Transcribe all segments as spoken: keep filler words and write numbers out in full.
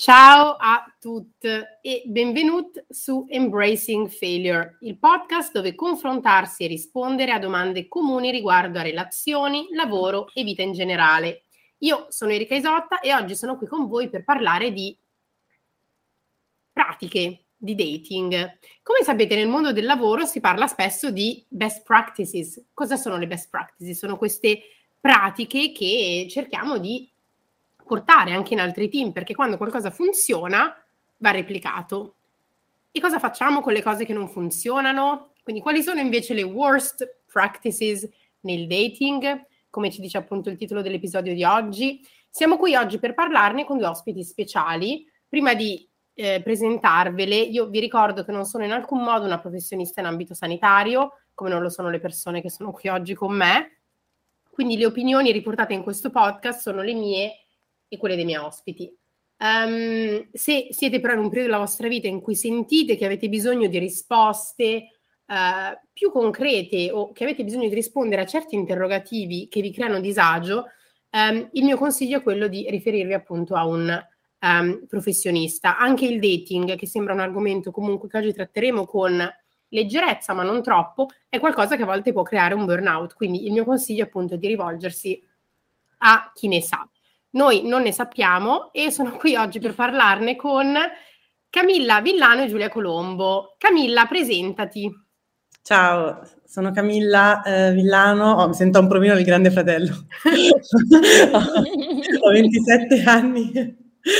Ciao a tutti e benvenuti su Embracing Failure, il podcast dove confrontarsi e rispondere a domande comuni riguardo a relazioni, lavoro e vita in generale. Io sono Erika Isotta e oggi sono qui con voi per parlare di pratiche di dating. Come sapete, nel mondo del lavoro si parla spesso di best practices. Cosa sono le best practices? Sono queste pratiche che cerchiamo di portare anche in altri team, perché quando qualcosa funziona va replicato. E cosa facciamo con le cose che non funzionano? Quindi quali sono invece le worst practices nel dating, come ci dice appunto il titolo dell'episodio di oggi? Siamo qui oggi per parlarne con due ospiti speciali. Prima di eh, presentarvele, io vi ricordo che non sono in alcun modo una professionista in ambito sanitario, come non lo sono le persone che sono qui oggi con me. Quindi le opinioni riportate in questo podcast sono le mie e quelle dei miei ospiti. Um, se siete però in un periodo della vostra vita in cui sentite che avete bisogno di risposte uh, più concrete o che avete bisogno di rispondere a certi interrogativi che vi creano disagio, um, il mio consiglio è quello di riferirvi appunto a un um, professionista. Anche il dating, che sembra un argomento comunque che oggi tratteremo con leggerezza ma non troppo, è qualcosa che a volte può creare un burnout, quindi il mio consiglio appunto è di rivolgersi a chi ne sa. Noi non ne sappiamo e sono qui oggi per parlarne con Camilla Villano e Giulia Colombo. Camilla, presentati. Ciao, sono Camilla eh, Villano, oh, mi sento un provino del Grande Fratello. ho, ho ventisette anni,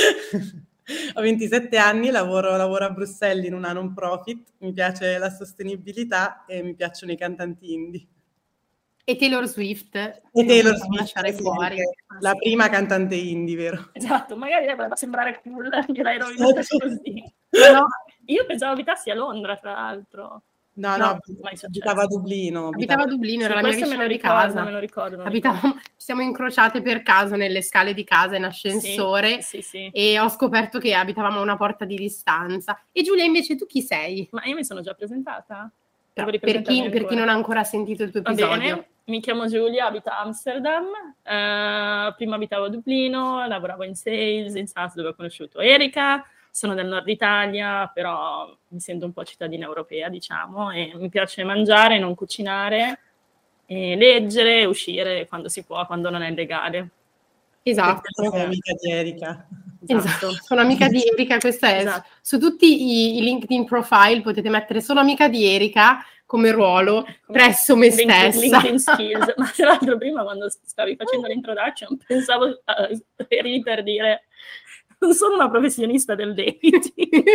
ho ventisette anni, lavoro, lavoro a Bruxelles in una non profit, mi piace la sostenibilità e mi piacciono i cantanti indie. E Taylor Swift. E Taylor Swift, lasciare fuori. La prima cantante indie, vero? Esatto, magari doveva sembrare cool, gliel'hai rovinata così. No, io pensavo abitassi a Londra, tra l'altro. No, no, no abitava a Dublino. Abitava a Dublino, sì, era la mia vicina di casa. Me lo ricordo, me lo Abitavamo, ci siamo incrociate per caso nelle scale di casa in ascensore sì, sì, sì. E ho scoperto che abitavamo a una porta di distanza. E Giulia, invece, tu chi sei? Ma io mi sono già presentata. No, per, chi, per chi non ha ancora sentito il tuo episodio. Va bene. Mi chiamo Giulia, abito a Amsterdam, uh, prima abitavo a Dublino, lavoravo in sales, in SaaS dove ho conosciuto Erika, sono del nord Italia, però mi sento un po' cittadina europea, diciamo, e mi piace mangiare, non cucinare, e leggere, uscire quando si può, quando non è legale. Esatto. Sono amica di Erika. Esatto. esatto, sono amica di Erika, questa è. Esatto. Su tutti i, i LinkedIn profile potete mettere sono amica di Erika come ruolo come presso me LinkedIn, stessa. LinkedIn skills. Ma tra l'altro prima quando stavi facendo l'introduction pensavo uh, eri per dire non sono una professionista del dating.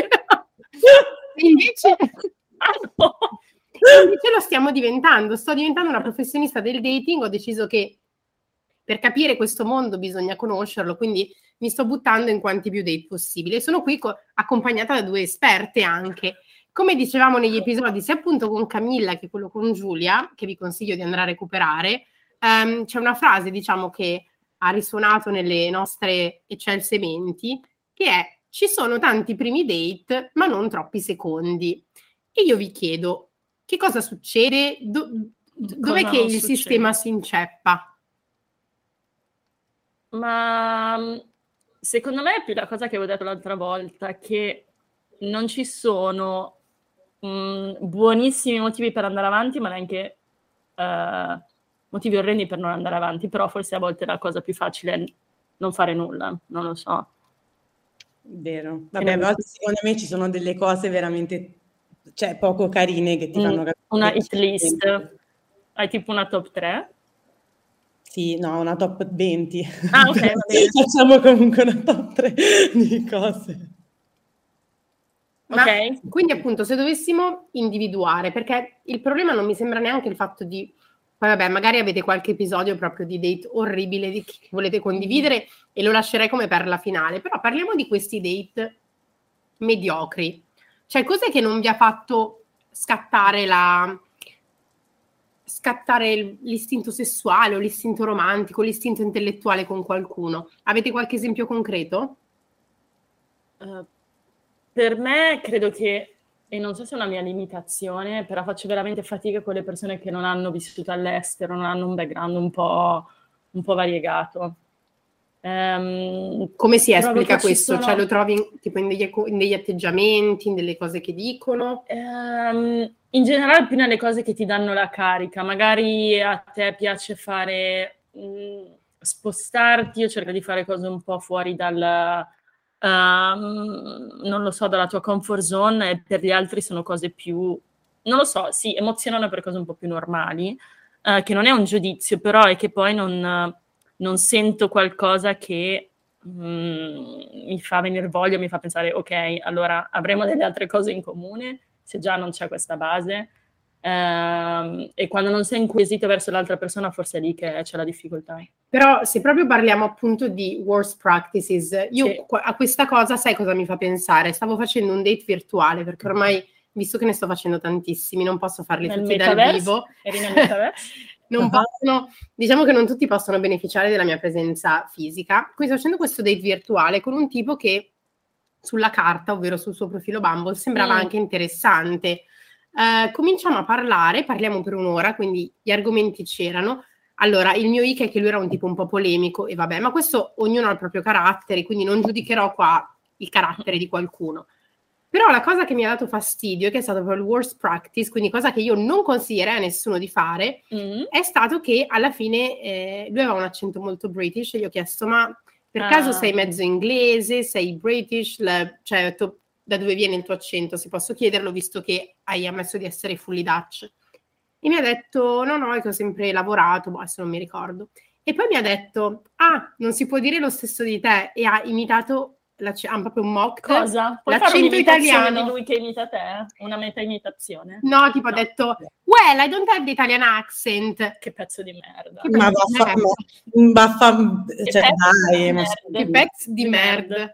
Invece... Ah, no. Invece lo stiamo diventando, sto diventando una professionista del dating, ho deciso che per capire questo mondo bisogna conoscerlo, quindi mi sto buttando in quanti più date possibile. Sono qui co- accompagnata da due esperte anche. Come dicevamo negli episodi, sia appunto con Camilla che quello con Giulia, che vi consiglio di andare a recuperare, um, c'è una frase, diciamo, che ha risuonato nelle nostre eccelse menti, che è: ci sono tanti primi date, ma non troppi secondi. E io vi chiedo, che cosa succede? Do- dov'è cosa che il succede? sistema si inceppa? Ma secondo me è più la cosa che avevo detto l'altra volta, che non ci sono mh, buonissimi motivi per andare avanti, ma neanche uh, motivi orrendi per non andare avanti, però forse a volte la cosa più facile è non fare nulla, non lo so. Vero. Vabbè, a volte secondo me ci sono delle cose veramente, cioè, poco carine che ti fanno capire. Una hit list. Hai tipo una top tre? Sì, no, una top venti. Ah, ok, va bene. Facciamo comunque una top tre di cose. Ma, ok. Quindi appunto se dovessimo individuare, perché il problema non mi sembra neanche il fatto di, poi vabbè, magari avete qualche episodio proprio di date orribile di, che volete condividere e lo lascerei come per la finale, però parliamo di questi date mediocri. Cioè, cos'è che non vi ha fatto scattare la... scattare l'istinto sessuale o l'istinto romantico, l'istinto intellettuale con qualcuno? Avete qualche esempio concreto? Uh, per me credo che, e non so se è una mia limitazione, però faccio veramente fatica con le persone che non hanno vissuto all'estero, non hanno un background un po', un po' variegato. Ehm, Come si trovo esplica che ci questo? sono- Cioè lo trovi in, tipo in degli, eco- in degli atteggiamenti, in delle cose che dicono? Ehm, in generale più nelle cose che ti danno la carica, magari a te piace fare, mh, spostarti, io cerco di fare cose un po' fuori dal, ehm, non lo so, dalla tua comfort zone, e per gli altri sono cose più, non lo so, sì, emozionano per cose un po' più normali, eh, che non è un giudizio, però è che poi non, non sento qualcosa che mh, mi fa venire voglia, mi fa pensare, ok, allora avremo delle altre cose in comune, se già non c'è questa base. Ehm, e quando non sei inquisito verso l'altra persona, forse è lì che c'è la difficoltà. Però se proprio parliamo appunto di worst practices, io Sì. qua- a questa cosa sai cosa mi fa pensare? Stavo facendo un date virtuale perché ormai, visto che ne sto facendo tantissimi, non posso farli Nel tutti dal metaverse? vivo. Eri nel metaverse? Non Uh-huh. possono, diciamo che non tutti possono beneficiare della mia presenza fisica. Quindi sto facendo questo date virtuale con un tipo che sulla carta, ovvero sul suo profilo Bumble, sembrava Mm. anche interessante. Eh, cominciamo a parlare, parliamo per un'ora, quindi gli argomenti c'erano. Allora, il mio ick è che lui era un tipo un po' polemico e vabbè, ma questo ognuno ha il proprio carattere, quindi non giudicherò qua il carattere di qualcuno. Però la cosa che mi ha dato fastidio, che è stato proprio il worst practice, quindi cosa che io non consiglierei a nessuno di fare, Mm. è stato che alla fine eh, lui aveva un accento molto British e gli ho chiesto, ma per Ah. caso sei mezzo inglese, sei British? La- cioè, ho detto, da dove viene il tuo accento, se posso chiederlo, visto che hai ammesso di essere fully Dutch. E mi ha detto, no, no, è che ho sempre lavorato, boh, adesso non mi ricordo. E poi mi ha detto, ah, non si può dire lo stesso di te, e ha imitato, l'acc- ha proprio un mock, Cosa? Puoi fare l'accento un'imitazione italiano. di lui che imita te? Una meta imitazione? No, tipo ha No. detto, well, I don't have the Italian accent. Che pezzo di merda. Che Ma pezzo di vaffa, merda. ma, vaffa, Che cioè pezzo dai, di ma merda. Che scusi. pezzo di Di merda. merda.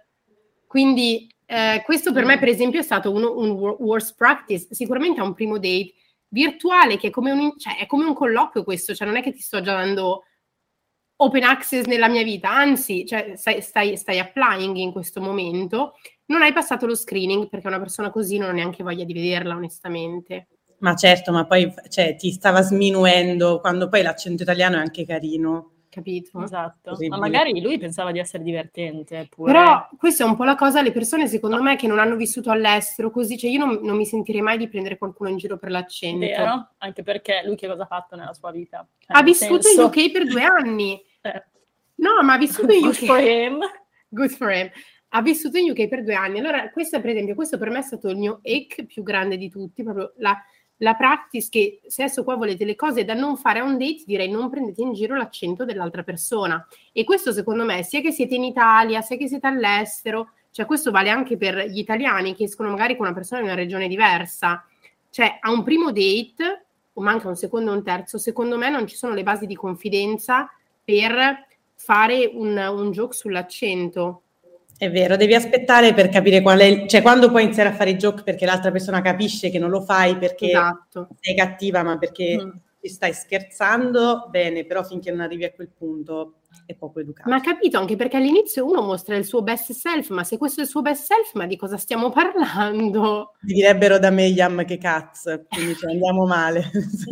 Quindi eh, questo per Mm. me, per esempio, è stato uno- un wor- worst practice. Sicuramente a un primo date virtuale, che è come un, cioè, è come un colloquio questo, cioè non è che ti sto già dando open access nella mia vita, anzi, cioè, stai, stai, stai applying in questo momento, non hai passato lo screening perché una persona così non ho neanche voglia di vederla, onestamente. Ma certo, ma poi cioè, ti stava sminuendo quando poi l'accento italiano è anche carino. Capito? Esatto. Ma Terribile. magari lui pensava di essere divertente, pure. Però questa è un po' la cosa, le persone secondo me che non hanno vissuto all'estero così, cioè io non, non mi sentirei mai di prendere qualcuno in giro per l'accento. Vero? Anche perché lui che cosa ha fatto nella sua vita? Cioè, Ha nel vissuto senso- in U K per due anni. Eh. No, ma ha vissuto in Good U K. for him. Good for him. Ha vissuto in U K per due anni. Allora, questo per esempio, questo per me è stato il mio ache più grande di tutti, proprio la, la practice che se adesso qua volete le cose da non fare a un date, direi non prendete in giro l'accento dell'altra persona. E questo secondo me, sia che siete in Italia, sia che siete all'estero, cioè questo vale anche per gli italiani che escono magari con una persona in una regione diversa. Cioè, a un primo date, o manca un secondo o un terzo, secondo me non ci sono le basi di confidenza per fare un, un joke sull'accento. È vero, devi aspettare per capire qual è, il- cioè quando puoi iniziare a fare i joke perché l'altra persona capisce che non lo fai perché Esatto. sei cattiva, ma perché Mm. ci stai scherzando, bene, però finché non arrivi a quel punto è poco educato. Ma capito, anche perché all'inizio uno mostra il suo best self, ma se questo è il suo best self, ma di cosa stiamo parlando? Mi direbbero da me Yam che cazzo, quindi ci andiamo male.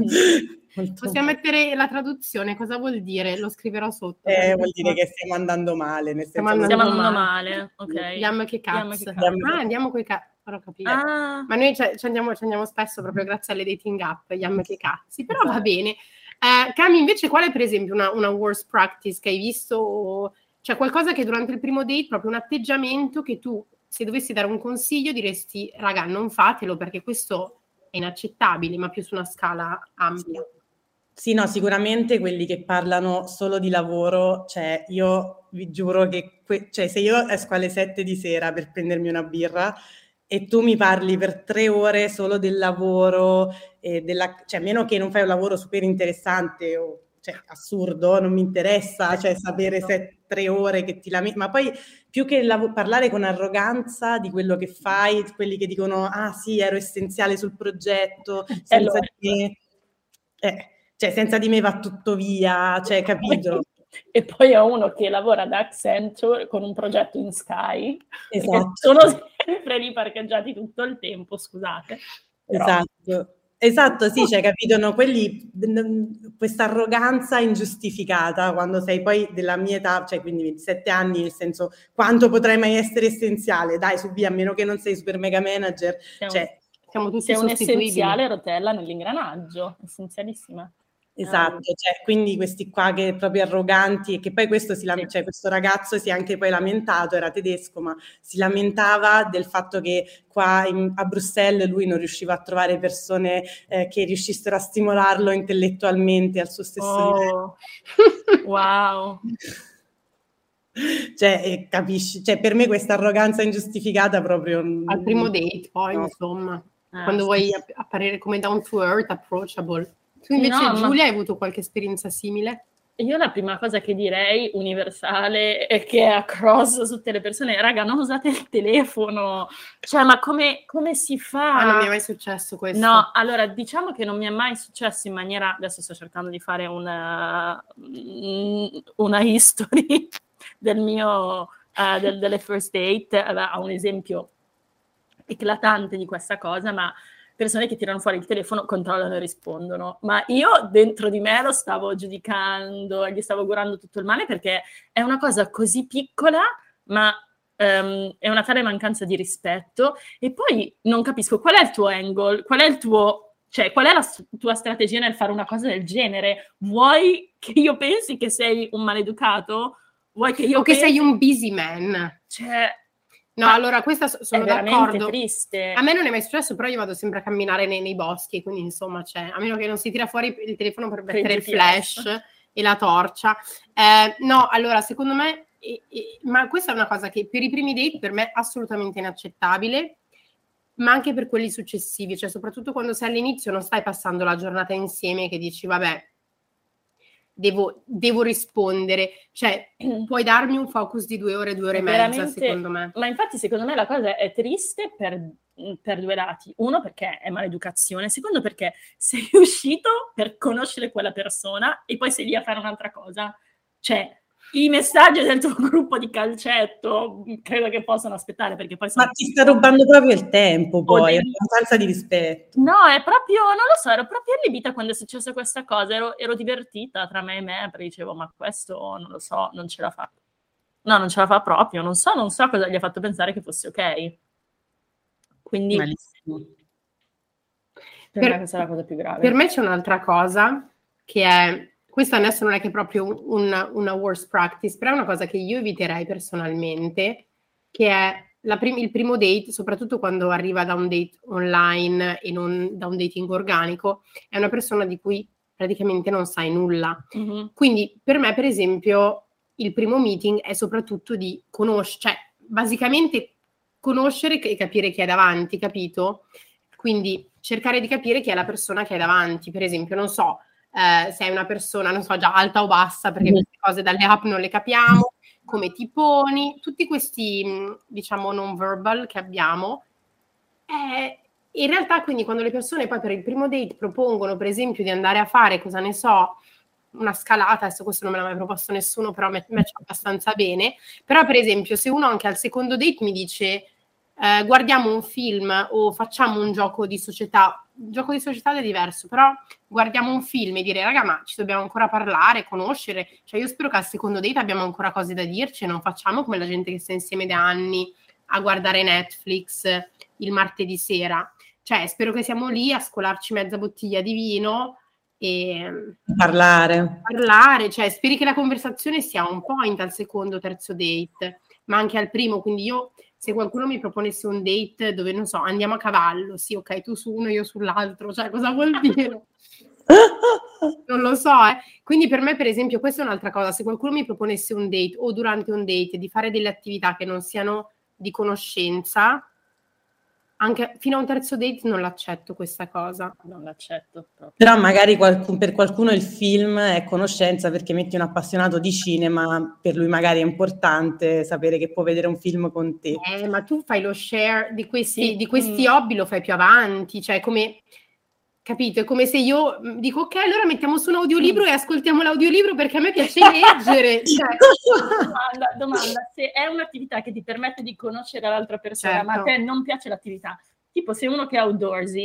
Molto Possiamo male. mettere la traduzione, cosa vuol dire? Lo scriverò sotto. Eh, vuol dire che stiamo andando male, nel Stiamo senso andando Stiamo andando male. male, ok. Yam che Yam cazzo. che cazzo. Ah, andiamo coi cazzi. Ora ho capito. Ah, Ma noi ci, ci andiamo, ci andiamo spesso proprio grazie alle dating app, Yam che cazzi. Però Esatto. va bene. Eh, Cami, invece qual è per esempio una, una worst practice che hai visto? O, cioè qualcosa che durante il primo date, proprio un atteggiamento che tu, se dovessi dare un consiglio, diresti, raga, non fatelo perché questo è inaccettabile, ma più su una scala ampia. Sì, no, sicuramente quelli che parlano solo di lavoro, cioè io vi giuro che que- cioè, se io esco alle sette di sera per prendermi una birra e tu mi parli per tre ore solo del lavoro, e della, cioè a meno che non fai un lavoro super interessante o cioè assurdo, non mi interessa, cioè sapere se tre ore che ti lamenti, ma poi più che lav- parlare con arroganza di quello che fai, quelli che dicono ah sì, ero essenziale sul progetto, senza allora. di me, eh, cioè senza di me va tutto via, cioè capito? E poi ho uno che lavora da Accenture con un progetto in Sky, Esatto. che sono sempre lì parcheggiati tutto il tempo, scusate. Però- Esatto. Esatto, sì, cioè capito, no, quelli, questa arroganza ingiustificata quando sei poi della mia età, cioè quindi ventisette anni, nel senso, quanto potrai mai essere essenziale? Dai, su via, a meno che non sei super mega manager, Sei un, cioè siamo tutti sei un sostituibili. essenziale rotella nell'ingranaggio, essenzialissima. Esatto, cioè, quindi questi qua che proprio arroganti, e che poi questo, si lam- Sì. cioè, questo ragazzo si è anche poi lamentato, era tedesco, ma si lamentava del fatto che qua in- a Bruxelles lui non riusciva a trovare persone eh, che riuscissero a stimolarlo intellettualmente al suo stesso Oh, wow. livello. Cioè, eh, capisci? Cioè, per me questa arroganza ingiustificata proprio... Al primo date, poi, no. insomma, Ah, quando sì. vuoi app- apparire come down to earth, approachable. Tu Sì, invece, no, ma- Giulia, hai avuto qualche esperienza simile? Io la prima cosa che direi, universale, e che è across su tutte le persone, raga, non usate il telefono. Cioè, ma come, come si fa? Ah, non mi è mai successo questo. No, allora, diciamo che non mi è mai successo in maniera... Adesso sto cercando di fare una, una history del mio, uh, del, delle first date. Allora, ho un esempio eclatante di questa cosa, ma persone che tirano fuori il telefono, controllano e rispondono. Ma io dentro di me lo stavo giudicando, gli stavo augurando tutto il male, perché è una cosa così piccola, ma um, è una tale mancanza di rispetto. E poi non capisco qual è il tuo angle, qual è il tuo... Cioè, qual è la tua strategia nel fare una cosa del genere? Vuoi che io pensi che sei un maleducato? Vuoi che io o che pensi... sei un busy man? Cioè... No, Ma allora questa so- sono è veramente d'accordo. triste. A me non è mai successo, però io vado sempre a camminare nei, nei boschi, quindi insomma, cioè, a meno che non si tira fuori il telefono per Per il mettere il G P S. flash e la torcia. Eh, no, allora, secondo me, e- e- ma questa è una cosa che per i primi date per me è assolutamente inaccettabile, ma anche per quelli successivi, cioè soprattutto quando sei all'inizio non stai passando la giornata insieme che dici, vabbè, Devo, devo rispondere, cioè puoi darmi un focus di due ore, due ore e mezza, Veramente- secondo me. Ma infatti secondo me la cosa è triste per, per due lati. Uno, perché è maleducazione. Secondo, perché sei uscito per conoscere quella persona e poi sei lì a fare un'altra cosa. Cioè, i messaggi del tuo gruppo di calcetto credo che possano aspettare, perché poi sono... Ma ti sta rubando proprio il tempo, poi, dei- è una mancanza di rispetto. No, è proprio, non lo so, ero proprio allibita quando è successa questa cosa, ero, ero divertita tra me e me, perché dicevo, ma questo, non lo so, non ce la fa. No, non ce la fa proprio, non so, non so cosa gli ha fatto pensare che fosse ok. Quindi, Malissimo. per, Per- me questa è la cosa più grave. Per me c'è un'altra cosa che è, questa adesso non è che è proprio un- una worst practice, però è una cosa che io eviterei personalmente, che è la prim- il primo date, soprattutto quando arriva da un date online e non da un dating organico, è una persona di cui praticamente non sai nulla. Mhm. Quindi per me, per esempio, il primo meeting è soprattutto di conoscere, cioè basicamente conoscere e capire chi è davanti, capito? Quindi cercare di capire chi è la persona che hai davanti. Per esempio, non so, eh, se è una persona, non so, già alta o bassa, perché Mhm. queste cose dalle app non le capiamo, come ti poni, tutti questi, mh, diciamo, non verbal che abbiamo. Eh, in realtà, quindi, quando le persone poi per il primo date propongono, per esempio, di andare a fare, cosa ne so, una scalata, adesso questo non me l'ha mai proposto nessuno, però me, me c'è abbastanza bene. Però, per esempio, se uno anche al secondo date mi dice eh, guardiamo un film o facciamo un gioco di società, il gioco di società è diverso, però guardiamo un film e dire raga, ma ci dobbiamo ancora parlare, conoscere, cioè io spero che al secondo date abbiamo ancora cose da dirci e non facciamo come la gente che sta insieme da anni a guardare Netflix il martedì sera, cioè spero che siamo lì a scolarci mezza bottiglia di vino e Parlare. parlare, cioè speri che la conversazione sia un point al secondo, terzo date, ma anche al primo, quindi io se qualcuno mi proponesse un date dove, non so, andiamo a cavallo, sì, ok, tu su uno, io sull'altro, cioè cosa vuol dire? Non lo so, eh. Quindi per me, per esempio, questa è un'altra cosa, se qualcuno mi proponesse un date o durante un date di fare delle attività che non siano di conoscenza, anche fino a un terzo date non l'accetto questa cosa. Non l'accetto proprio. Però magari qualcun- per qualcuno il film è conoscenza perché metti un appassionato di cinema, per lui magari è importante sapere che può vedere un film con te. Eh, ma tu fai lo share di questi, Sì. di questi Mm. hobby, lo fai più avanti, cioè come, capito? È come se io mh, dico ok, allora mettiamo su un audiolibro Mm. e ascoltiamo l'audiolibro perché a me piace leggere. Cioè, Domanda, domanda, se è un'attività che ti permette di conoscere l'altra persona, Certo. ma a te non piace l'attività, tipo sei uno che è outdoorsy,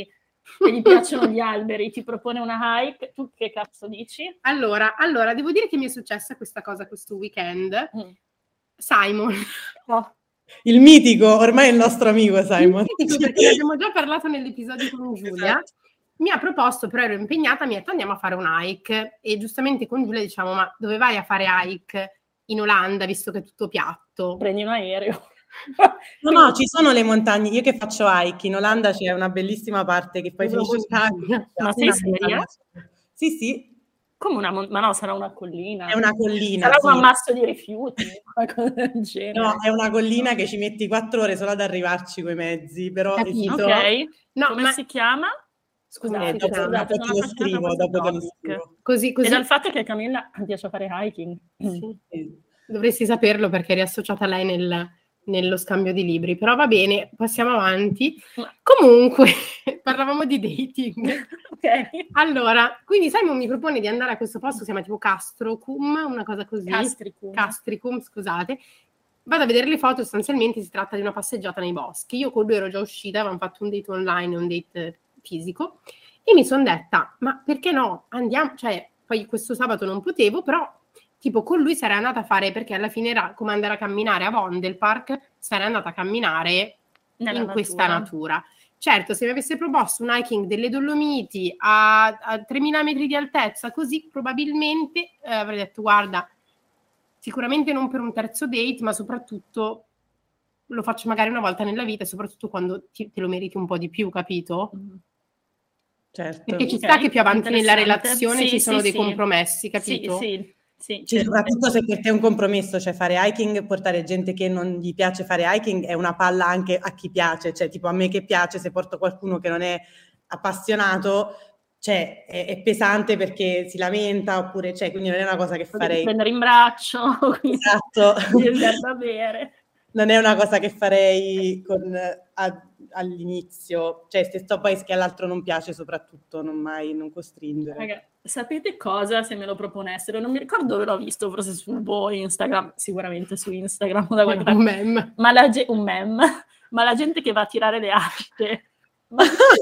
che gli piacciono gli alberi, ti propone una hike, tu che cazzo dici? Allora, allora devo dire che mi è successa questa cosa questo weekend. Mm. Simon. Oh. Il mitico, ormai è il nostro amico Simon. Il mitico, perché ne abbiamo già parlato nell'episodio con Giulia. Esatto. Mi ha proposto, però ero impegnata, mi ha detto andiamo a fare un hike. E giustamente con Giulia diciamo, ma dove vai a fare hike in Olanda, visto che è tutto piatto? Prendi un aereo. No, no, ci sono le montagne. Io che faccio hike in Olanda c'è una bellissima parte che poi Una finisce montagna. Ma sei seria? Sì, sì. Come una mon- ma no, sarà una collina. È una collina. Sarà sì. un ammasso di rifiuti, qualcosa del genere. No, è una collina che ci metti quattro ore solo ad arrivarci coi mezzi, però Capito? Ok. No, Come ma si chiama? scusate, Eh, dopo, scusate, dopo te lo scrivo, dopo te lo scrivo. così, così E dal fatto che a Camilla piace fare hiking. sì. Sì. Dovresti saperlo perché eri associata a lei nel, nello scambio di libri, però va bene, passiamo avanti. Comunque, parlavamo di dating. Ok. Allora, quindi Simon mi propone di andare a questo posto, si chiama tipo Castrocum, una cosa così. Castricum. Castricum, scusate. Vado a vedere le foto, sostanzialmente si tratta di una passeggiata nei boschi. Io con lui ero già uscita, avevamo fatto un date online e un date fisico, e mi sono detta, ma perché no? Andiamo, cioè, poi questo sabato non potevo, però tipo con lui sarei andata a fare, perché alla fine era come andare a camminare a Vondelpark, sarei andata a camminare Nella in natura. questa natura. Certo, se mi avesse proposto un hiking delle Dolomiti a, a tremila metri di altezza, così probabilmente eh, avrei detto, guarda, sicuramente non per un terzo date, ma soprattutto lo faccio magari una volta nella vita, e soprattutto quando ti, te lo meriti un po' di più, capito? Mm. Certo. Perché ci Ok, sta che più avanti nella interessante. relazione Sì, ci sono sì, dei sì. compromessi, capito? Sì, sì, sì, Sì, certo. soprattutto se per te è un compromesso, cioè fare hiking, portare gente che non gli piace fare hiking è una palla anche a chi piace, cioè tipo a me che piace, se porto qualcuno che non è appassionato, cioè è, è pesante perché si lamenta, oppure, cioè, quindi non è una cosa che Lo devi farei. prendere in braccio, quindi Esatto. devi dar da bere. Non è una cosa che farei con, a, all'inizio, cioè se sto poi che all'altro non piace soprattutto, non mai, non costringere. Raga, sapete cosa se me lo proponessero? Non mi ricordo dove l'ho visto, forse su boh, Instagram, sicuramente su Instagram o da qualche Un parte. meme. Ma la ge- un meme, ma la gente che va a tirare le arte. Ma,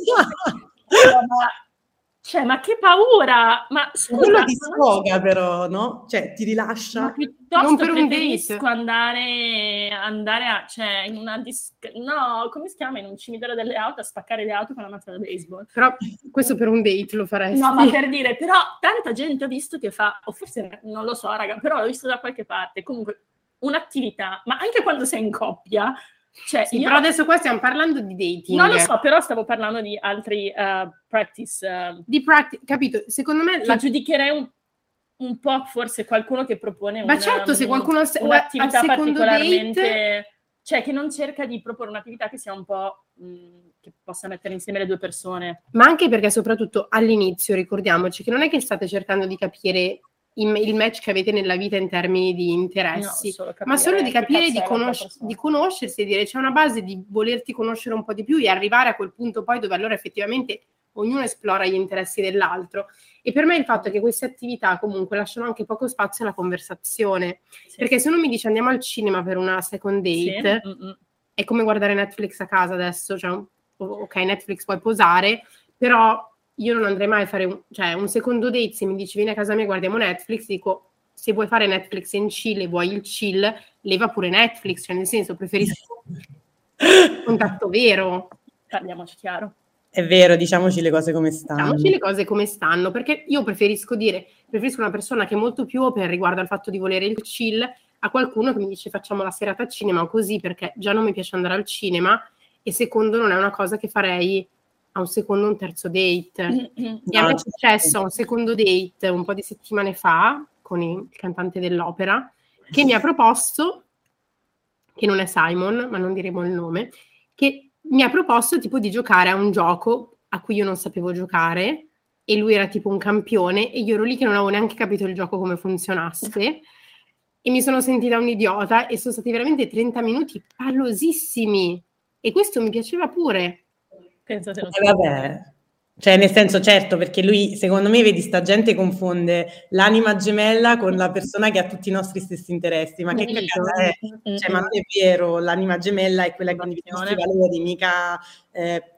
ma, cioè, ma che paura! Ma scusa, Quello ti ma- sfoga però, no? Cioè ti rilascia. ma piuttosto Non per un preferisco date. andare, andare a, cioè, in una dis- no, come si chiama? In un cimitero delle auto a spaccare le auto con la mazza da baseball. Però questo per un date lo faresti. No, ma per dire, però tanta gente ho visto che fa, o forse non lo so, raga, però l'ho visto da qualche parte, comunque un'attività, ma anche quando sei in coppia, cioè Sì, io però adesso qua stiamo parlando di dating. non lo so, però stavo parlando di altri uh, practice, uh, Di practice, capito? Secondo me la la giudicherei un, un po' forse qualcuno che propone Ma una, certo, se qualcuno se- un'attività al secondo particolarmente, date- cioè che non cerca di proporre un'attività che sia un po' mh, che possa mettere insieme le due persone. Ma anche perché soprattutto all'inizio ricordiamoci che non è che state cercando di capire il, il match che avete nella vita in termini di interessi, No, solo capire ma solo di che capire cazzo di, è l'altra conosc- persona. di conoscersi e dire c'è una base di volerti conoscere un po' di più e arrivare a quel punto poi dove allora effettivamente ognuno esplora gli interessi dell'altro. E per me il fatto è che queste attività comunque lasciano anche poco spazio alla conversazione, Sì. perché se uno mi dice andiamo al cinema per una second date, Sì. Mm-mm. è come guardare Netflix a casa adesso, cioè, ok, Netflix puoi posare, però io non andrei mai a fare un, cioè, un secondo date, se mi dici vieni a casa mia e guardiamo Netflix, dico, se vuoi fare Netflix in chill e vuoi il chill, leva pure Netflix, cioè nel senso, preferisco contatto vero. Parliamoci chiaro. È vero, diciamoci le cose come stanno. Diciamoci le cose come stanno, perché io preferisco dire, preferisco una persona che è molto più open riguardo al fatto di volere il chill, a qualcuno che mi dice facciamo la serata a cinema o così, perché già non mi piace andare al cinema, e secondo non è una cosa che farei a un secondo o un terzo date. Mm-hmm. E a me è successo a un secondo date un po' di settimane fa con il cantante dell'opera, che mi ha proposto, che non è Simon, ma non diremo il nome, che mi ha proposto tipo di giocare a un gioco a cui io non sapevo giocare, e lui era tipo un campione, e io ero lì che non avevo neanche capito il gioco come funzionasse, e mi sono sentita un idiota, e sono stati veramente trenta minuti pallosissimi, e questo mi piaceva pure. Penso se non Eh, vabbè, cioè nel senso certo, perché lui secondo me vedi sta gente confonde l'anima gemella con la persona che ha tutti i nostri stessi interessi, ma che cagata è? Cioè, ma non è vero, l'anima gemella è quella che condivide i nostri valori, mica eh,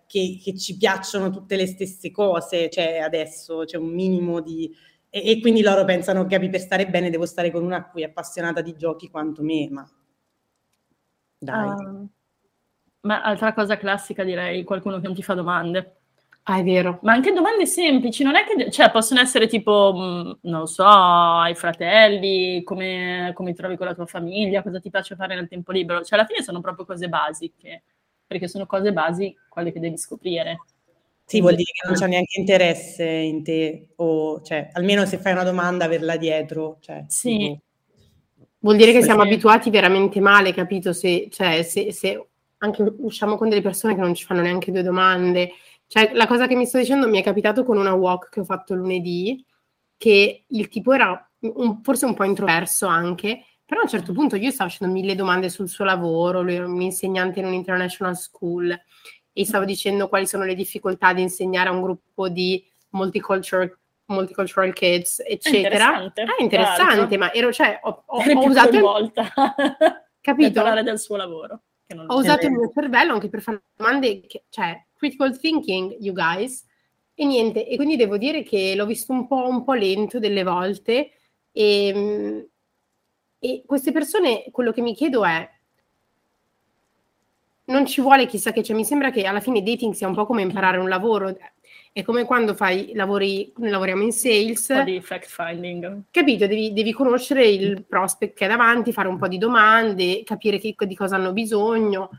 che, che ci piacciono tutte le stesse cose, cioè adesso c'è un minimo di... E, e quindi loro pensano, capi, per stare bene devo stare con una a cui è appassionata di giochi quanto me, ma dai. Uh, ma altra cosa classica direi, qualcuno che non ti fa domande. Ah, è vero. Ma anche domande semplici, non è che, cioè, possono essere tipo, mh, non lo so, ai fratelli, come, come ti trovi con la tua famiglia, cosa ti piace fare nel tempo libero. Cioè, alla fine sono proprio cose basiche, perché sono cose basi quelle che devi scoprire. Sì, vuol dire che non c'è neanche interesse in te, o cioè, almeno se fai una domanda averla dietro. Cioè, sì. Tipo... Vuol dire che Sì, siamo sì. abituati veramente male, capito? Se, cioè, se, se anche usciamo con delle persone che non ci fanno neanche due domande. Cioè, la cosa che mi sto dicendo mi è capitato con una walk che ho fatto lunedì, che il tipo era un, forse un po' introverso anche, però a un certo punto io stavo facendo mille domande sul suo lavoro, lui era un insegnante in un international school, e stavo dicendo quali sono le difficoltà di insegnare a un gruppo di multicultural, multicultural kids, eccetera. È interessante, È interessante, guarda. ma ero, cioè, ho, ho, Eri ho più usato il, coinvolta capito? per parlare del suo lavoro. Che non Ho usato il mio cervello anche per fare domande, che, cioè, critical thinking, you guys, e niente. E quindi devo dire che l'ho visto un po', un po' lento delle volte, e, e queste persone, quello che mi chiedo è, non ci vuole chissà che, cioè, mi sembra che alla fine dating sia un po' come imparare un lavoro, è come quando fai lavori, noi lavoriamo in sales, un po' di fact finding, capito? Devi, devi conoscere il prospect che è davanti, fare un po' di domande, capire che, di cosa hanno bisogno,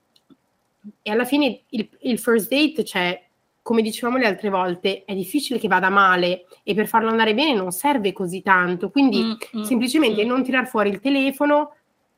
e alla fine il, il first date, cioè, come dicevamo le altre volte, è difficile che vada male, e per farlo andare bene non serve così tanto, quindi mm, mm, semplicemente mm. non tirar fuori il telefono,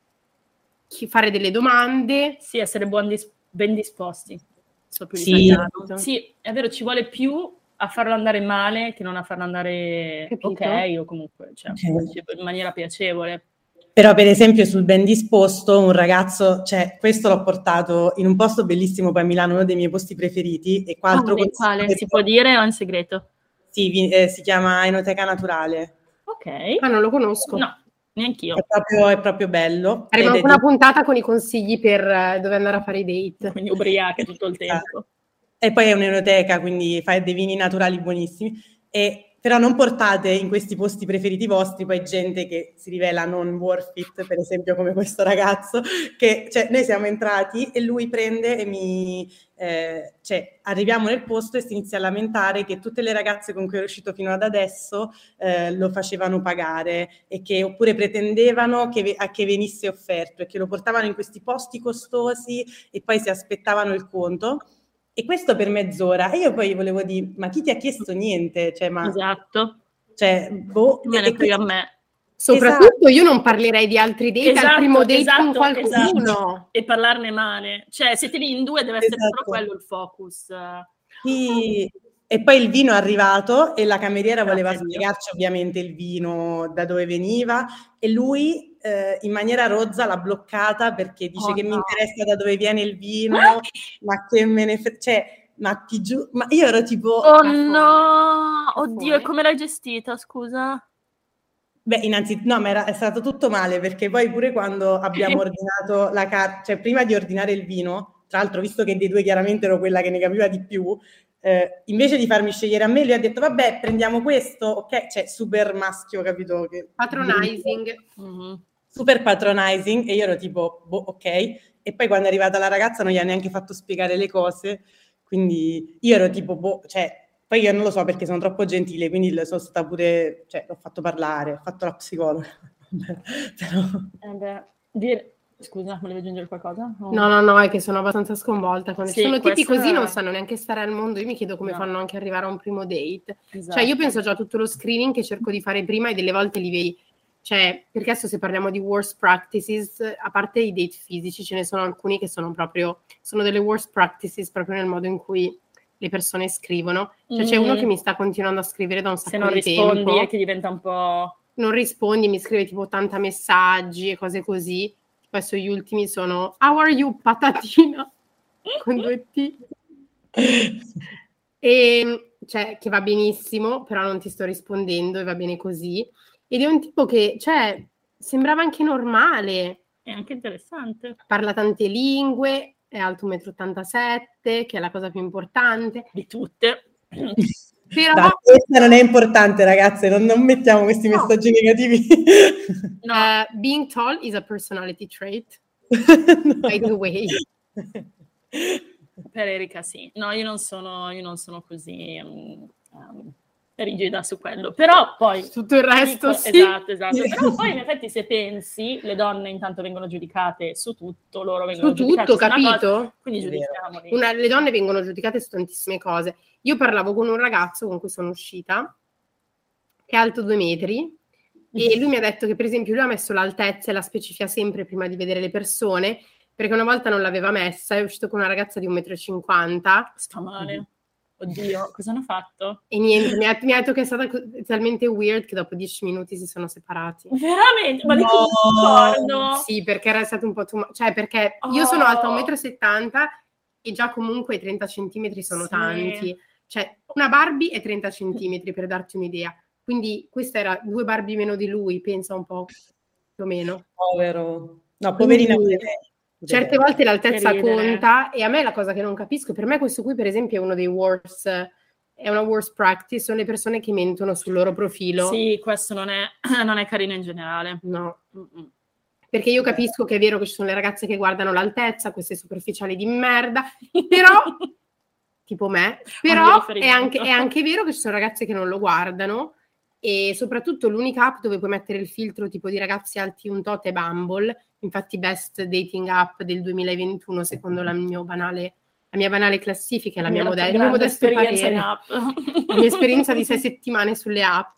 fare delle domande. Sì, essere buon dis- ben disposti. So più Sì. italiano. Sì, è vero, ci vuole più a farlo andare male che non a farlo andare Capito? ok, o comunque, cioè, Ok. in maniera piacevole. Però per esempio sul ben disposto un ragazzo, cioè questo l'ho portato in un posto bellissimo poi a Milano, uno dei miei posti preferiti, e qua altro Quale? consiglio Quale? che Si do- può dire o è un segreto? Sì, vi- eh, si chiama Enoteca Naturale. Ok. Ah, non lo conosco. No, neanch'io. È proprio, è proprio bello. Faremo ed è anche una di- puntata con i consigli per eh, dove andare a fare i date. Quindi ubriache tutto il tempo. E poi è un'enoteca, quindi fai dei vini naturali buonissimi. E, però non portate in questi posti preferiti vostri poi gente che si rivela non worth it, per esempio come questo ragazzo, che cioè, noi siamo entrati e lui prende e mi... Eh, cioè, arriviamo nel posto e si inizia a lamentare che tutte le ragazze con cui è uscito fino ad adesso eh, lo facevano pagare, e che oppure pretendevano che, ve- a che venisse offerto, e che lo portavano in questi posti costosi e poi si aspettavano il conto. E questo per mezz'ora. E io poi volevo dire, ma chi ti ha chiesto niente? Cioè, ma, Esatto. cioè, boh, Me ne e frega a quindi- me. Soprattutto io non parlerei di altri date Esatto, al primo date esatto, con qualcuno. esatto. E parlarne male. Cioè, siete lì in due, deve essere Esatto. solo quello il focus. Sì. E poi il vino è arrivato e la cameriera voleva Grazie a Dio. spiegarci ovviamente il vino da dove veniva, e lui eh, in maniera rozza l'ha bloccata perché dice Oh, che mi no. interessa da dove viene il vino, ma che me ne fre- cioè, ma ti giuro, ma io ero tipo... Oh Caffone. no! Oddio, Caffone. e come l'hai gestita, scusa? Beh, innanzitutto, no, ma era, è stato tutto male, perché poi pure quando abbiamo ordinato la carta, cioè prima di ordinare il vino, tra l'altro visto che dei due chiaramente ero quella che ne capiva di più, eh, invece di farmi scegliere a me, lui ha detto vabbè, prendiamo questo, ok, cioè super maschio, capito? Che, Patronizing. Mm-hmm. super patronizing, e io ero tipo, boh, ok, e poi quando è arrivata la ragazza non gli ha neanche fatto spiegare le cose, quindi io ero tipo, boh, cioè... Poi io non lo so perché sono troppo gentile, quindi sono stata pure, cioè l'ho fatto parlare, ho fatto la psicologa. Però... Eh beh, dire... Scusa, volevi aggiungere qualcosa? Oh. No, no, no, è che sono abbastanza sconvolta. Quando Sì, ci sono tipi questa- così non sanno neanche stare al mondo. Io mi chiedo come No. fanno anche ad arrivare a un primo date. Esatto. Cioè io penso già a tutto lo screening che cerco di fare prima, e delle volte li vedi. Cioè, perché adesso se parliamo di worst practices, a parte i date fisici, ce ne sono alcuni che sono proprio, sono delle worst practices proprio nel modo in cui le persone scrivono. Cioè, c'è Mm. uno che mi sta continuando a scrivere da un sacco Se non di rispondi tempo. e che diventa un po'... Non rispondi, mi scrive tipo ottanta messaggi e cose così. Adesso gli ultimi sono "How are you, patatina?" con due T. E, cioè, che va benissimo, però non ti sto rispondendo e va bene così. Ed è un tipo che, cioè, sembrava anche normale. È anche interessante. Parla tante lingue, è alto un metro e ottantasette, che è la cosa più importante. Di tutte. Però Dai, questa non è importante, ragazze, non, non mettiamo questi No. messaggi negativi. No. uh, being tall is a personality trait, No. by the way. Per Erika sì. No, io non sono, io non sono così um, um, rigida su quello. Però poi... Tutto il resto dico, sì. Esatto, esatto. Però poi in effetti se pensi, le donne intanto vengono giudicate su tutto, loro vengono Su giudicate tutto, su una capito? cosa, quindi È vero. giudichiamoli. Una- le donne vengono giudicate su tantissime cose. Io parlavo con un ragazzo con cui sono uscita, che è alto due metri, e lui mi ha detto che per esempio lui ha messo l'altezza e la specifica sempre prima di vedere le persone, perché una volta non l'aveva messa, è uscito con una ragazza di un metro e cinquanta, Sta male. Oddio, cosa hanno fatto? e niente, mi ha, mi ha detto che è stata co- talmente weird che dopo dieci minuti si sono separati. Veramente? Ma di No. concordo? Sì, perché era stato un po' too much. Cioè, perché io sono Oh. alta un metro e settanta e già comunque i trenta centimetri sono Sì. tanti. Cioè, una Barbie è trenta centimetri, per darti un'idea. Quindi questa era due Barbie meno di lui, pensa un po', più o meno. Povero. No, poverina Quindi, pure lei. Pure certe lei. volte l'altezza Che ridere. conta, e a me la cosa che non capisco, per me questo qui per esempio è uno dei worst, è una worst practice, sono le persone che mentono sul loro profilo. Sì, questo non è, non è carino in generale. No. Mm-mm. Perché io capisco che è vero che ci sono le ragazze che guardano l'altezza, queste superficiali di merda, però, tipo me, però è anche, è anche vero che ci sono ragazze che non lo guardano, e soprattutto l'unica app dove puoi mettere il filtro tipo di ragazzi alti un tot è Bumble, infatti best dating app del duemilaventuno secondo la, mio banale, la mia banale classifica e la mia moda- il mio modesto esperienza in parere, app. la mia esperienza di sei settimane sulle app.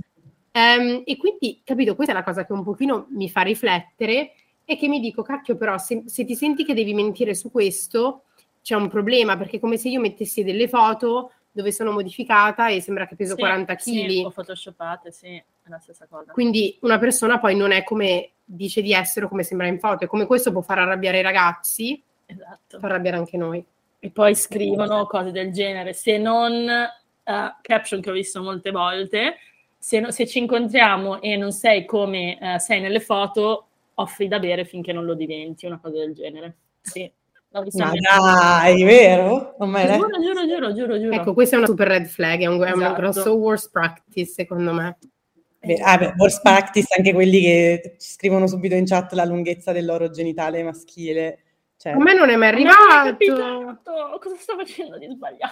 Um, e quindi, capito, questa è la cosa che un pochino mi fa riflettere, e che mi dico, cacchio, però se, se ti senti che devi mentire su questo c'è un problema, perché è come se io mettessi delle foto dove sono modificata e sembra che peso Sì, quaranta chili. Sì, o photoshoppate, sì, è la stessa cosa. Quindi una persona poi non è come dice di essere o come sembra in foto, e come questo può far arrabbiare i ragazzi, Esatto. fa arrabbiare anche noi. E poi scrivono cose del genere, se non uh, caption che ho visto molte volte, se, no, se ci incontriamo e non sei come uh, sei nelle foto, offri da bere finché non lo diventi, una cosa del genere. Sì. L'ho visto Ma anche- dai, vero? Non mai Giuro, letto. giuro, giuro, giuro, giuro. Ecco, questa è una super red flag, è un, è un Esatto. grosso worst practice secondo me. Beh, ah, beh, worst practice anche quelli che ci scrivono subito in chat la lunghezza del loro genitale maschile. Cioè, A me non è mai Non mi è arrivato. capitato. Cosa sto facendo di sbagliato?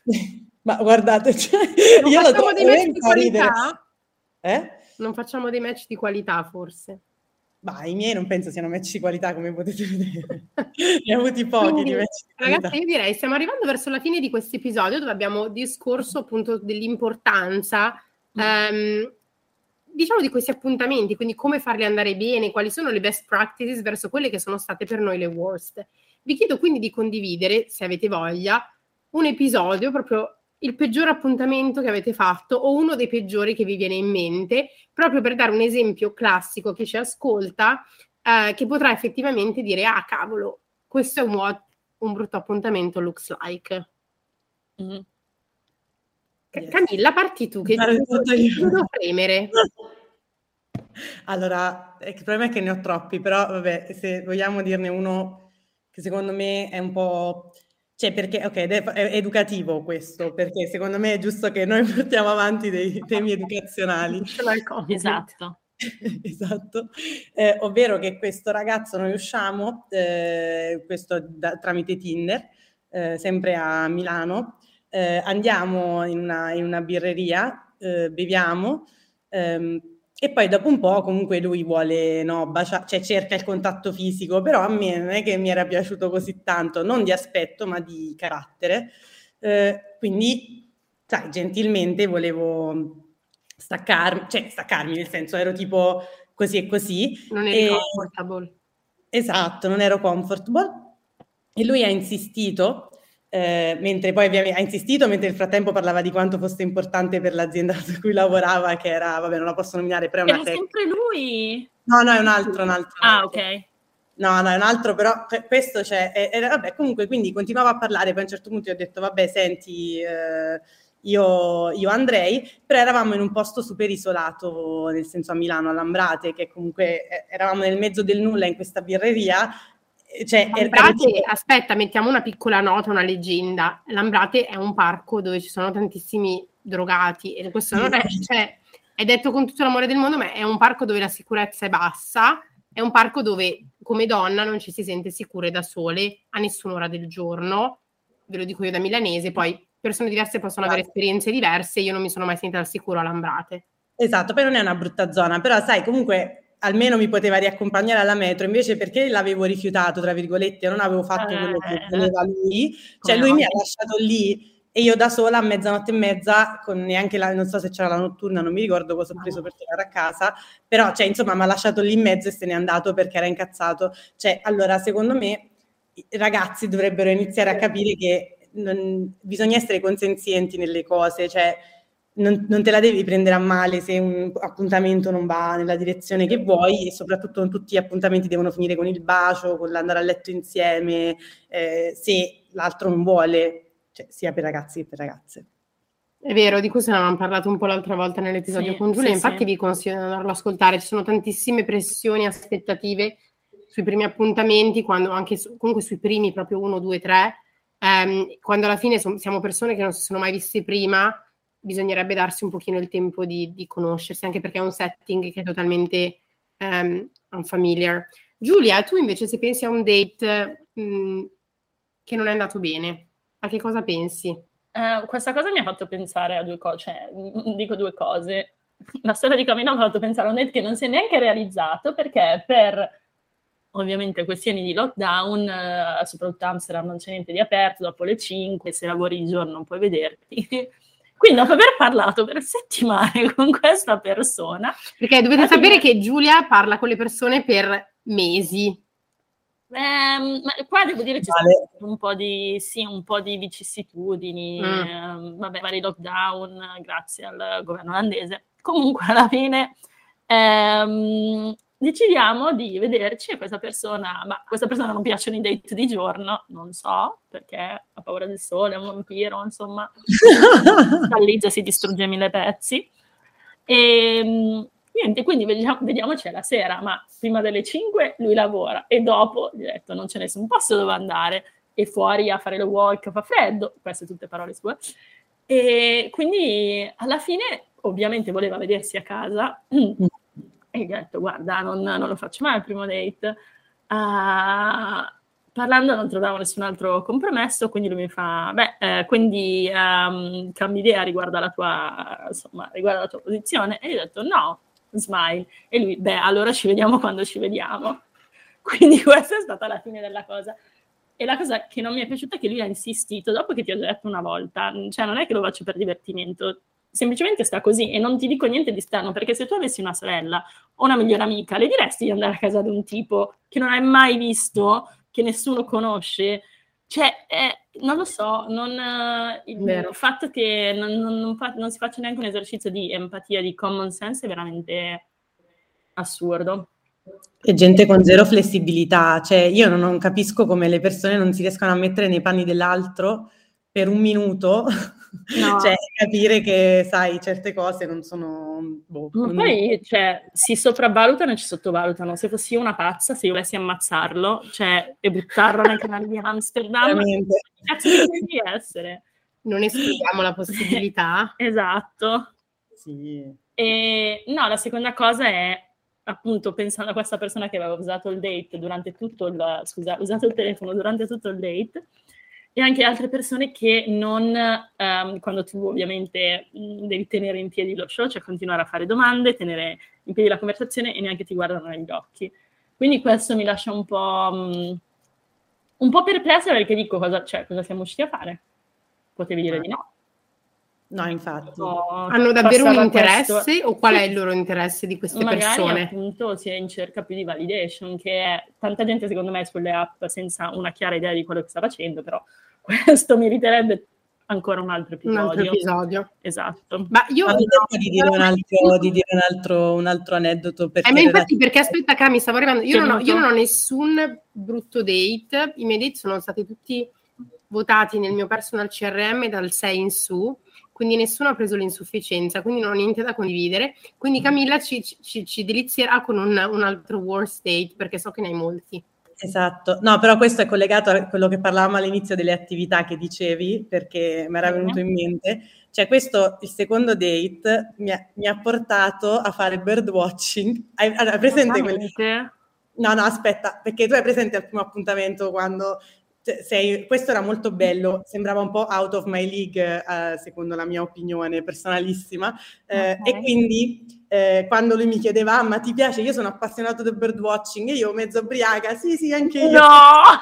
ma guardate, cioè, Non io lo facciamo trovo dei match di veramente a ridere. qualità? Eh? Non facciamo dei match di qualità, forse. Ma i miei non penso siano match di qualità, come potete vedere. Ne ho avuti pochi Quindi, di match di qualità. ragazzi, io direi stiamo arrivando verso la fine di questo episodio, dove abbiamo discorso appunto dell'importanza Mm. ehm, diciamo di questi appuntamenti, quindi come farli andare bene, quali sono le best practices verso quelle che sono state per noi le worst. Vi chiedo quindi di condividere, se avete voglia, un episodio, proprio il peggior appuntamento che avete fatto o uno dei peggiori che vi viene in mente, proprio per dare un esempio classico a chi ci ascolta, eh, che potrà effettivamente dire, ah cavolo, questo è un, mo- un brutto appuntamento, looks like. Mm. Ca- Yes. Camilla, parti tu, che Fare ti tutto io. devo premere. Allora, eh, il problema è che ne ho troppi, però vabbè, se vogliamo dirne uno che secondo me è un po'... Cioè, perché, ok, ed è, è educativo questo, perché secondo me è giusto che noi portiamo avanti dei temi educazionali. Emotional content. Esatto. Esatto, eh, ovvero che questo ragazzo noi usciamo, eh, questo da, tramite Tinder, eh, sempre a Milano, eh, andiamo in una, in una birreria, eh, beviamo, ehm, e poi dopo un po' comunque lui vuole, no, bacia- cioè cerca il contatto fisico, però a me non è che mi era piaciuto così tanto, non di aspetto ma di carattere, eh, quindi sai, gentilmente volevo staccarmi, cioè staccarmi nel senso ero tipo così e così. Non eri e, comfortable. Esatto, non ero comfortable e lui ha insistito, eh, mentre poi ovviamente ha insistito mentre nel frattempo parlava di quanto fosse importante per l'azienda su cui lavorava, che era, vabbè non la posso nominare, però è una Era tech. sempre lui. No, no, è un altro, un altro. Ah, ok. No, no, è un altro, però questo c'è, e, e, vabbè, comunque, quindi continuava a parlare, poi a un certo punto io ho detto, vabbè, senti, eh, io, io andrei, però eravamo in un posto super isolato, nel senso a Milano, a Lambrate, che comunque eravamo nel mezzo del nulla in questa birreria, Cioè, Lambrate, aspetta, mettiamo una piccola nota, una leggenda. Lambrate è un parco dove ci sono tantissimi drogati e questo non è, cioè, è detto con tutto l'amore del mondo, ma è un parco dove la sicurezza è bassa, è un parco dove come donna non ci si sente sicure da sole a nessun'ora del giorno, ve lo dico io da milanese, poi persone diverse possono avere esperienze diverse, io non mi sono mai sentita al sicuro a Lambrate. Esatto, poi non è una brutta zona, però sai, comunque almeno mi poteva riaccompagnare alla metro, invece perché l'avevo rifiutato, tra virgolette, non avevo fatto quello che voleva lui, cioè lui mi ha lasciato lì e io da sola a mezzanotte e mezza, con neanche la, non so se c'era la notturna, non mi ricordo cosa ho preso per tornare a casa, però cioè insomma mi ha lasciato lì in mezzo e se n'è andato perché era incazzato. Cioè allora secondo me i ragazzi dovrebbero iniziare a capire che non, bisogna essere consenzienti nelle cose, cioè Non, non te la devi prendere a male se un appuntamento non va nella direzione che vuoi e soprattutto non tutti gli appuntamenti devono finire con il bacio, con l'andare a letto insieme, eh, se l'altro non vuole, cioè, sia per ragazzi che per ragazze. È vero, di questo ne avevamo parlato un po' l'altra volta nell'episodio sì, con Giulia, sì, infatti sì. vi consiglio di andarlo ad ascoltare, ci sono tantissime pressioni, aspettative sui primi appuntamenti, quando anche su, comunque sui primi proprio uno, due, tre, ehm, quando alla fine som- siamo persone che non si sono mai viste prima, bisognerebbe darsi un pochino il tempo di, di conoscersi, anche perché è un setting che è totalmente um, unfamiliar. Giulia, tu invece se pensi a un date mh, che non è andato bene, a che cosa pensi? Eh, questa cosa mi ha fatto pensare a due cose, cioè dico due cose. La storia di Camino mi ha fatto pensare a un date che non si è neanche realizzato perché per ovviamente questioni di lockdown, eh, soprattutto a Amsterdam non c'è niente di aperto, dopo le cinque, se lavori di giorno non puoi vederti. Quindi dopo aver parlato per settimane con questa persona... Perché dovete sapere fine... che Giulia parla con le persone per mesi. Eh, ma qua devo dire c'è vale. stato un po' di, sì, un po' di vicissitudini, mm. eh, vabbè, vari lockdown grazie al governo olandese. Comunque alla fine... Ehm, decidiamo di vederci e questa persona, ma questa persona non piacciono i date di giorno, non so, perché ha paura del sole, è un vampiro, insomma, spalleggia, si distrugge in mille pezzi. E niente, quindi vediamo, vediamoci alla sera, ma prima delle cinque lui lavora e dopo gli ho detto non c'è nessun posto dove andare e fuori a fare lo walk fa freddo, queste tutte parole sue. E quindi alla fine ovviamente voleva vedersi a casa e gli ho detto guarda non, non lo faccio mai il primo date, uh, parlando non trovavo nessun altro compromesso, quindi lui mi fa beh eh, quindi um, cambi idea riguardo alla tua insomma riguardo alla tua posizione, e io ho detto no, smile, e lui beh allora ci vediamo quando ci vediamo. Quindi questa è stata la fine della cosa. E la cosa che non mi è piaciuta è che lui ha insistito dopo che ti ho già detto una volta, cioè non è che lo faccio per divertimento, semplicemente sta così e non ti dico niente di strano, perché se tu avessi una sorella o una migliore amica le diresti di andare a casa di un tipo che non hai mai visto, che nessuno conosce, cioè eh, non lo so, non, eh, il Vero. fatto che non, non, non, fa, non si faccia neanche un esercizio di empatia, di common sense è veramente assurdo. E gente con zero flessibilità, cioè io non, non capisco come le persone non si riescano a mettere nei panni dell'altro per un minuto, no. Cioè capire che sai certe cose non sono boh, ma non poi non... cioè si sopravvalutano e ci sottovalutano. Se fossi una pazza, se io volessi ammazzarlo cioè e buttarlo nei canali di Amsterdam, che cazzo devi essere? Non escludiamo la possibilità. Esatto. Sì. E no, la seconda cosa è appunto pensando a questa persona che aveva usato il date durante tutto il scusa, usato il telefono durante tutto il date, e anche altre persone che non um, quando tu ovviamente mh, devi tenere in piedi lo show, cioè continuare a fare domande, tenere in piedi la conversazione e neanche ti guardano negli occhi. Quindi questo mi lascia un po' mh, un po' perplessa, perché dico cosa, cioè, cosa siamo usciti a fare? Potevi dire di no. No, infatti. Oh, hanno davvero un interesse questo. O qual è il loro interesse di queste Magari, persone? Appunto si è in cerca più di validation, che è, tanta gente secondo me sulle app senza una chiara idea di quello che sta facendo, però questo meriterebbe ancora un altro episodio. Un altro episodio. Esatto. Ma io ho detto di dire un altro, di dire un altro, un altro aneddoto. Perché eh, ma infatti perché aspetta che mi stavo arrivando, io non, ho, io non ho nessun brutto date, i miei date sono stati tutti votati nel mio personal C R M dal sei in su, quindi nessuno ha preso l'insufficienza, quindi non ho niente da condividere. Quindi Camilla ci, ci, ci delizierà con un, un altro worst date, perché so che ne hai molti. Esatto, no, però questo è collegato a quello che parlavamo all'inizio delle attività che dicevi, perché mi era venuto in mente. Cioè questo, il secondo date, mi ha, mi ha portato a fare birdwatching. Hai, hai presente quelle... No, no, aspetta, perché tu hai presente al primo appuntamento quando sei... Questo era molto bello, sembrava un po' out of my league, eh, secondo la mia opinione personalissima, eh, okay. E quindi... Eh, quando lui mi chiedeva, ah, ma ti piace? Io sono appassionato del birdwatching, e io mezzo ubriaca, sì sì anche io. No! Io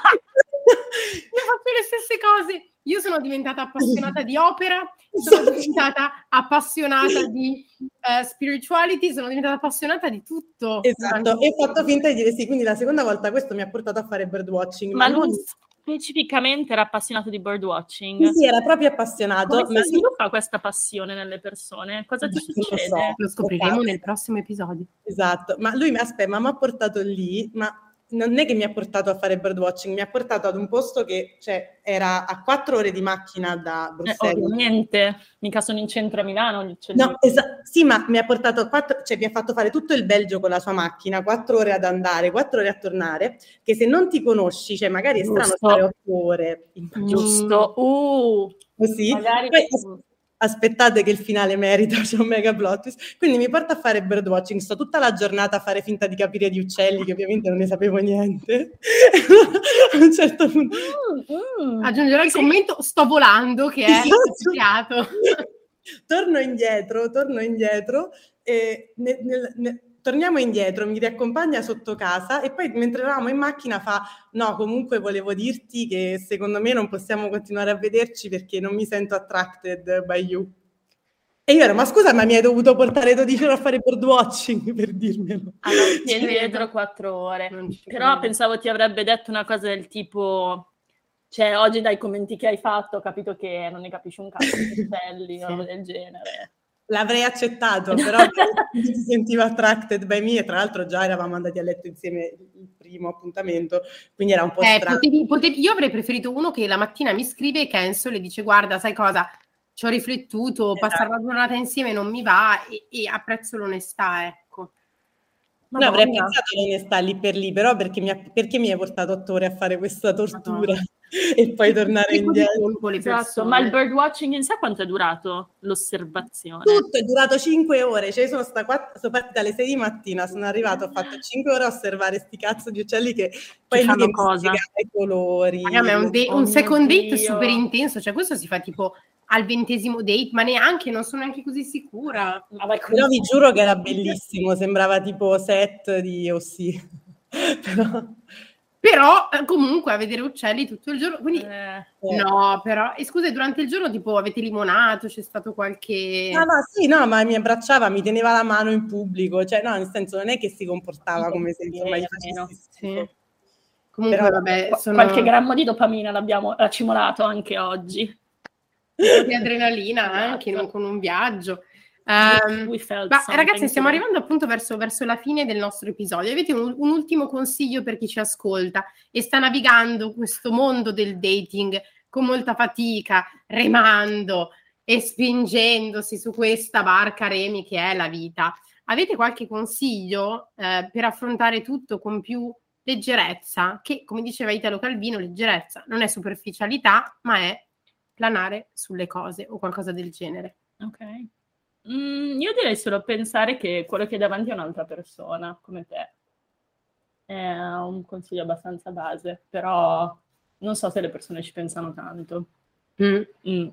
faccio le stesse cose. Io sono diventata appassionata di opera, sono diventata appassionata di uh, spirituality, sono diventata appassionata di tutto. Esatto, e ho fatto finta di dire sì, quindi la seconda volta questo mi ha portato a fare birdwatching. Ma, ma non... lui specificamente era appassionato di birdwatching? Sì, sì, era proprio appassionato. Come ma si sviluppa questa passione nelle persone? Cosa ti succede? Lo, so, lo scopriremo esatto. nel prossimo episodio. Esatto, ma lui mi aspetta, ma mi ha portato lì, ma non è che mi ha portato a fare birdwatching, mi ha portato ad un posto che cioè, era a quattro ore di macchina da Bruxelles. Eh, ovviamente, mica sono in centro a Milano. No, esa- sì, ma mi ha portato a quattro, cioè mi ha fatto fare tutto il Belgio con la sua macchina, quattro ore ad andare, quattro ore a tornare, che se non ti conosci, cioè magari è strano Giusto. stare otto ore. Giusto, uh, così. Magari... Poi, aspettate che il finale merita, c'è un mega plot twist. Quindi mi porta a fare birdwatching, sto tutta la giornata a fare finta di capire di uccelli, che ovviamente non ne sapevo niente. A un certo punto mm, mm. aggiungerò il sì. commento sto volando, che è associato. torno indietro torno indietro e nel, nel, nel, torniamo indietro, mi riaccompagna sotto casa e poi mentre eravamo in macchina fa no, comunque volevo dirti che secondo me non possiamo continuare a vederci perché non mi sento attracted by you. E io ero, ma scusa, ma mi hai dovuto portare dodici ore a fare birdwatching per dirmelo? Allora, cioè, indietro quattro ore. Però credo. Pensavo ti avrebbe detto una cosa del tipo, cioè oggi dai commenti che hai fatto ho capito che non ne capisci un cazzo di uccelli o roba del genere. L'avrei accettato, però si sentiva attracted by me e tra l'altro già eravamo andati a letto insieme il primo appuntamento, quindi era un po' eh, strano. Potevi, potevi, io avrei preferito uno che la mattina mi scrive e cancel e dice guarda, sai cosa, ci ho riflettuto, esatto. Passare la giornata insieme non mi va e, e apprezzo l'onestà, ecco. No, avrei pensato l'onestà lì per lì, però perché mi, ha, perché mi hai portato otto ore a fare questa tortura? Madonna. E poi tornare indietro. Esatto, ma il birdwatching in sé quanto è durato? L'osservazione? Tutto è durato cinque ore, cioè sono stata quattro, sono partita alle sei di mattina, sono arrivato, ho fatto cinque ore a osservare sti cazzo di uccelli che poi lui mi cosa? i colori. Magari è un, de- oh un second Dio. Date super intenso, cioè questo si fa tipo al ventesimo date, ma neanche, non sono neanche così sicura. Ma però vi giuro che era bellissimo, sembrava tipo set di O C. Però... Però comunque a vedere uccelli tutto il giorno, quindi eh, no, però e scusa, durante il giorno tipo avete limonato, c'è stato qualche no, no, sì, no, ma mi abbracciava, mi teneva la mano in pubblico, cioè no, nel senso non è che si comportava sì, come se insomma gli facessi sì. Comunque però, vabbè, sono... qualche grammo di dopamina l'abbiamo accumulato anche oggi. Un po' di adrenalina anche esatto. Con un viaggio. Um, ma ragazzi, stiamo arrivando appunto verso, verso la fine del nostro episodio. Avete un, un ultimo consiglio per chi ci ascolta e sta navigando questo mondo del dating con molta fatica, remando e spingendosi su questa barca remi che è la vita? Avete qualche consiglio eh, per affrontare tutto con più leggerezza? Che, come diceva Italo Calvino, leggerezza non è superficialità, ma è planare sulle cose o qualcosa del genere. Ok. Mm, io direi solo pensare che quello che hai davanti è un'altra persona, come te. È un consiglio abbastanza base, però non so se le persone ci pensano tanto. Mm. Mm.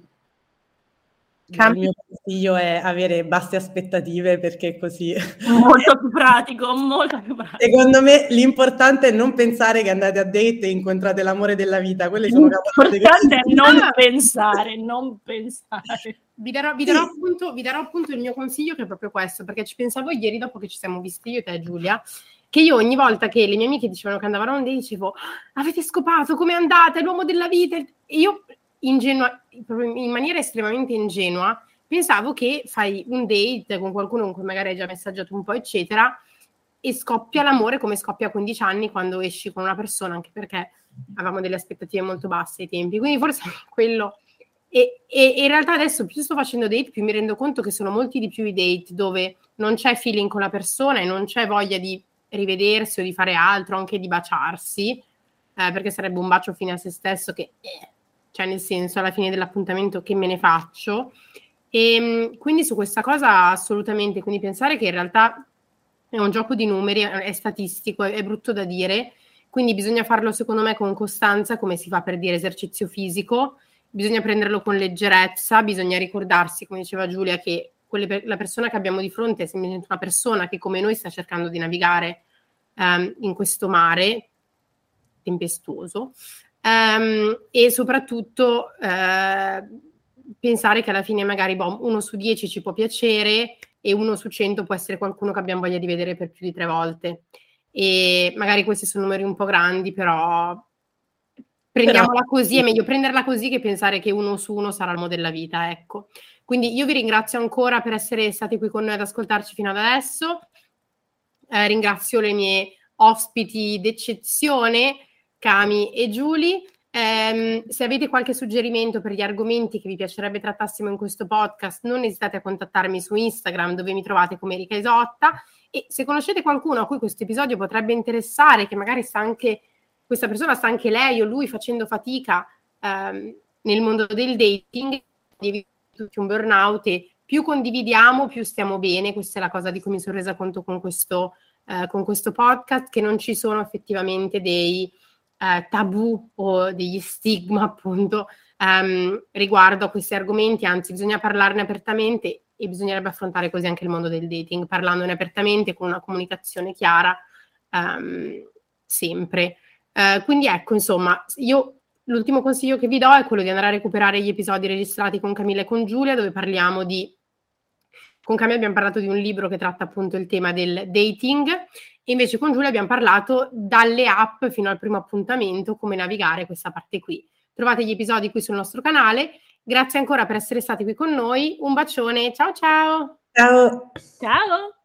Il mio consiglio è avere basse aspettative perché così... Molto più pratico, molto più pratico. Secondo me l'importante è non pensare che andate a date e incontrate l'amore della vita. Quelle sono l'importante è non pensare, non pensare. Vi darò, vi, darò appunto, vi darò appunto il mio consiglio che è proprio questo, perché ci pensavo ieri dopo che ci siamo visti io e te Giulia, che io ogni volta che le mie amiche dicevano che andavano a un date dicevo avete scopato, com'è andata, è l'uomo della vita, e io ingenua, in maniera estremamente ingenua pensavo che fai un date con qualcuno con cui magari hai già messaggiato un po' eccetera e scoppia l'amore come scoppia a quindici anni quando esci con una persona, anche perché avevamo delle aspettative molto basse ai tempi, quindi forse quello. E, e, e in realtà adesso più sto facendo date più mi rendo conto che sono molti di più i date dove non c'è feeling con la persona e non c'è voglia di rivedersi o di fare altro, anche di baciarsi, eh, perché sarebbe un bacio fine a se stesso che, eh, cioè nel senso, alla fine dell'appuntamento che me ne faccio. E quindi su questa cosa assolutamente, quindi pensare che in realtà è un gioco di numeri, è statistico, è brutto da dire, quindi bisogna farlo secondo me con costanza, come si fa per dire esercizio fisico, bisogna prenderlo con leggerezza, bisogna ricordarsi, come diceva Giulia, che quelle, la persona che abbiamo di fronte è semplicemente una persona che come noi sta cercando di navigare um, in questo mare tempestuoso, um, e soprattutto uh, pensare che alla fine magari boh, uno su dieci ci può piacere e uno su cento può essere qualcuno che abbiamo voglia di vedere per più di tre volte. E magari questi sono numeri un po' grandi, però prendiamola però... così, è meglio prenderla così che pensare che uno su uno sarà il modello della vita, ecco. Quindi io vi ringrazio ancora per essere stati qui con noi ad ascoltarci fino ad adesso. Eh, ringrazio le mie ospiti d'eccezione, Cami e Giulia. Um, se avete qualche suggerimento per gli argomenti che vi piacerebbe trattassimo in questo podcast, non esitate a contattarmi su Instagram, dove mi trovate come Erika Isotta, e se conoscete qualcuno a cui questo episodio potrebbe interessare, che magari sta anche, questa persona sta anche lei o lui facendo fatica um, nel mondo del dating, di tutti un burnout, e più condividiamo più stiamo bene. Questa è la cosa di cui mi sono resa conto con questo, uh, con questo podcast, che non ci sono effettivamente dei Eh, tabù o degli stigma appunto um, riguardo a questi argomenti, anzi bisogna parlarne apertamente, e bisognerebbe affrontare così anche il mondo del dating, parlandone apertamente con una comunicazione chiara um, sempre. Uh, quindi ecco, insomma, io l'ultimo consiglio che vi do è quello di andare a recuperare gli episodi registrati con Camilla e con Giulia, dove parliamo di con Camilla abbiamo parlato di un libro che tratta appunto il tema del dating, e invece con Giulia abbiamo parlato dalle app fino al primo appuntamento, come navigare questa parte qui. Trovate gli episodi qui sul nostro canale. Grazie ancora per essere stati qui con noi. Un bacione, ciao ciao! Ciao! Ciao!